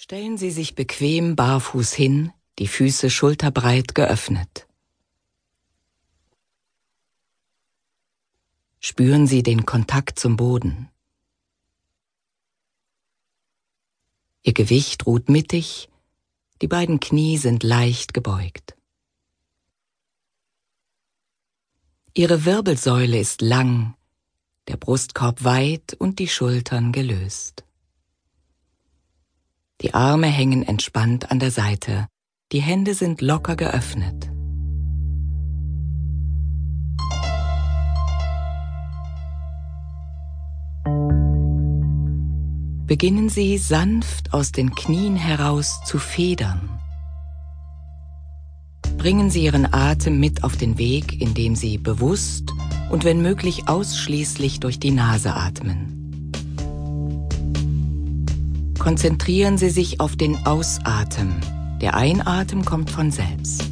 Stellen Sie sich bequem barfuß hin, die Füße schulterbreit geöffnet. Spüren Sie den Kontakt zum Boden. Ihr Gewicht ruht mittig, die beiden Knie sind leicht gebeugt. Ihre Wirbelsäule ist lang, der Brustkorb weit und die Schultern gelöst. Die Arme hängen entspannt an der Seite, die Hände sind locker geöffnet. Beginnen Sie sanft aus den Knien heraus zu federn. Bringen Sie Ihren Atem mit auf den Weg, indem Sie bewusst und wenn möglich ausschließlich durch die Nase atmen. Konzentrieren Sie sich auf den Ausatmen. Der Einatmen kommt von selbst.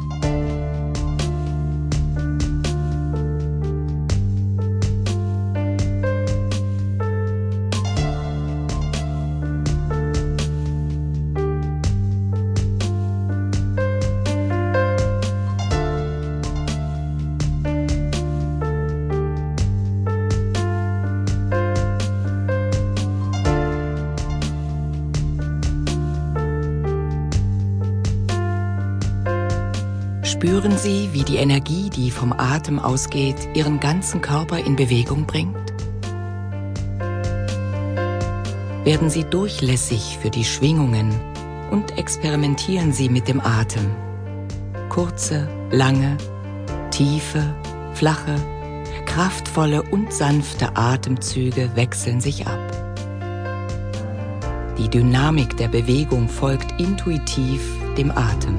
Spüren Sie, wie die Energie, die vom Atem ausgeht, Ihren ganzen Körper in Bewegung bringt? Werden Sie durchlässig für die Schwingungen und experimentieren Sie mit dem Atem. Kurze, lange, tiefe, flache, kraftvolle und sanfte Atemzüge wechseln sich ab. Die Dynamik der Bewegung folgt intuitiv dem Atem.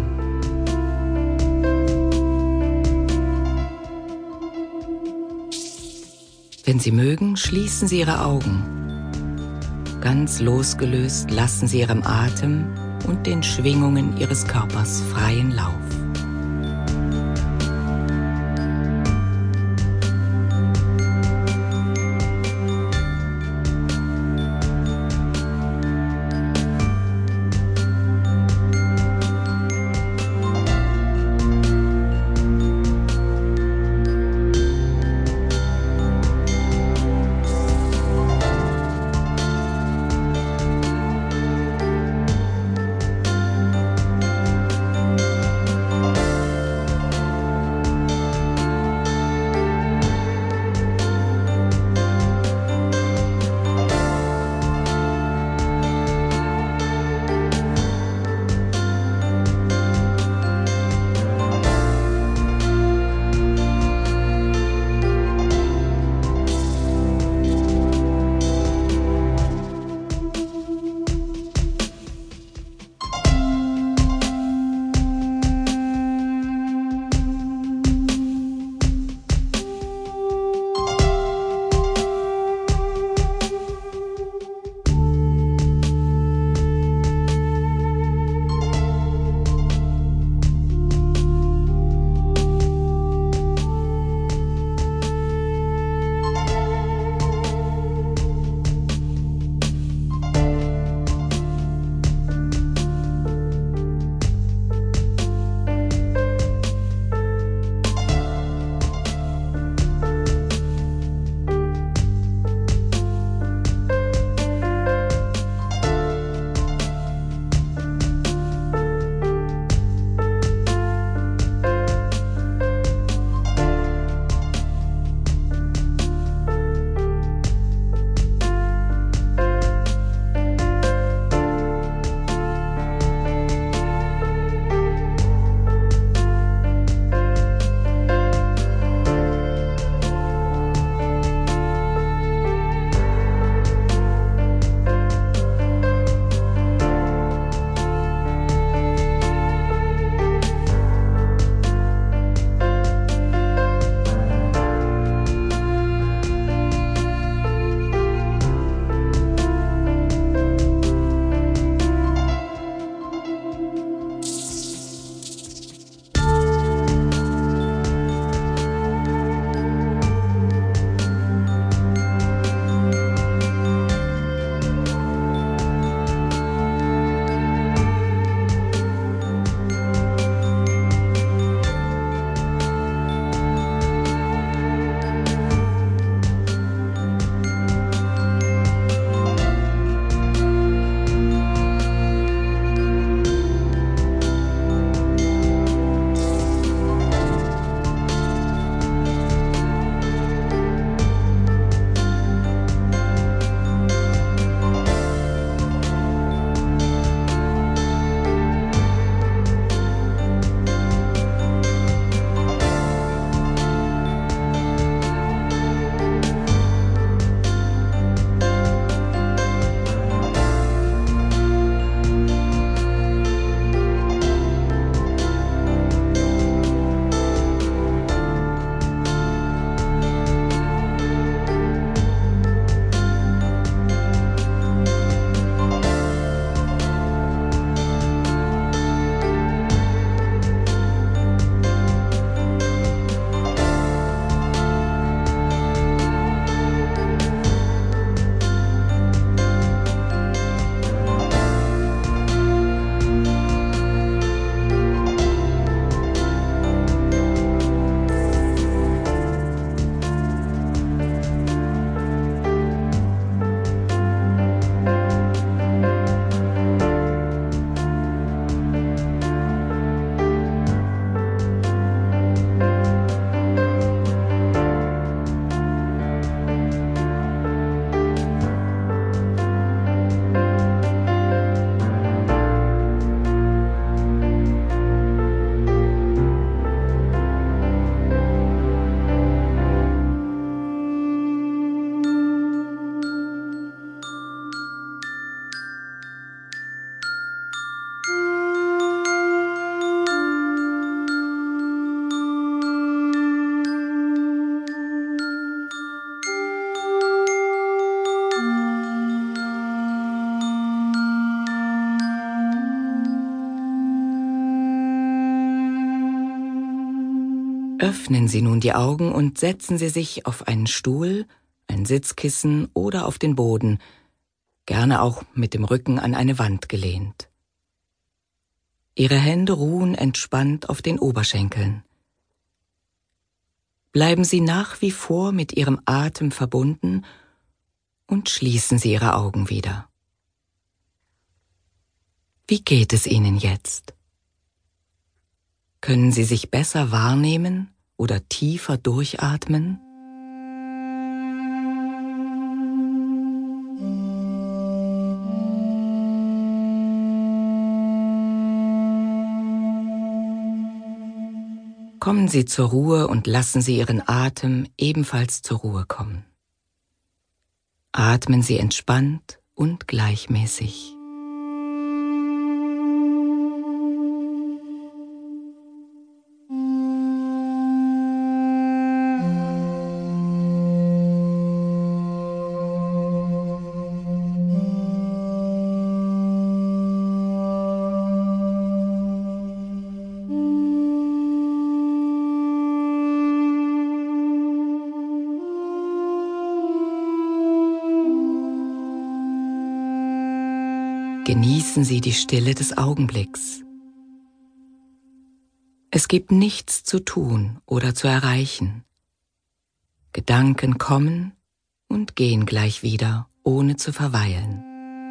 Wenn Sie mögen, schließen Sie Ihre Augen. Ganz losgelöst lassen Sie Ihrem Atem und den Schwingungen Ihres Körpers freien Lauf. Öffnen Sie nun die Augen und setzen Sie sich auf einen Stuhl, ein Sitzkissen oder auf den Boden, gerne auch mit dem Rücken an eine Wand gelehnt. Ihre Hände ruhen entspannt auf den Oberschenkeln. Bleiben Sie nach wie vor mit Ihrem Atem verbunden und schließen Sie Ihre Augen wieder. Wie geht es Ihnen jetzt? Können Sie sich besser wahrnehmen oder tiefer durchatmen? Kommen Sie zur Ruhe und lassen Sie Ihren Atem ebenfalls zur Ruhe kommen. Atmen Sie entspannt und gleichmäßig. Genießen Sie die Stille des Augenblicks. Es gibt nichts zu tun oder zu erreichen. Gedanken kommen und gehen gleich wieder, ohne zu verweilen.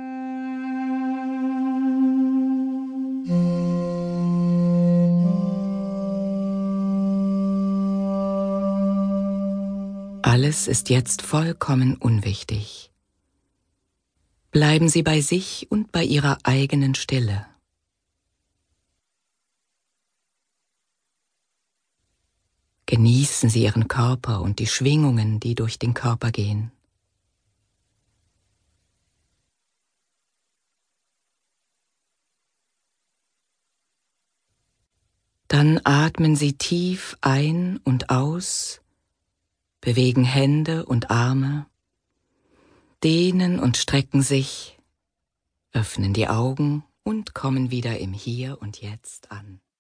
Alles ist jetzt vollkommen unwichtig. Bleiben Sie bei sich und bei Ihrer eigenen Stille. Genießen Sie Ihren Körper und die Schwingungen, die durch den Körper gehen. Dann atmen Sie tief ein und aus, bewegen Hände und Arme, dehnen und strecken sich, öffnen die Augen und kommen wieder im Hier und Jetzt an.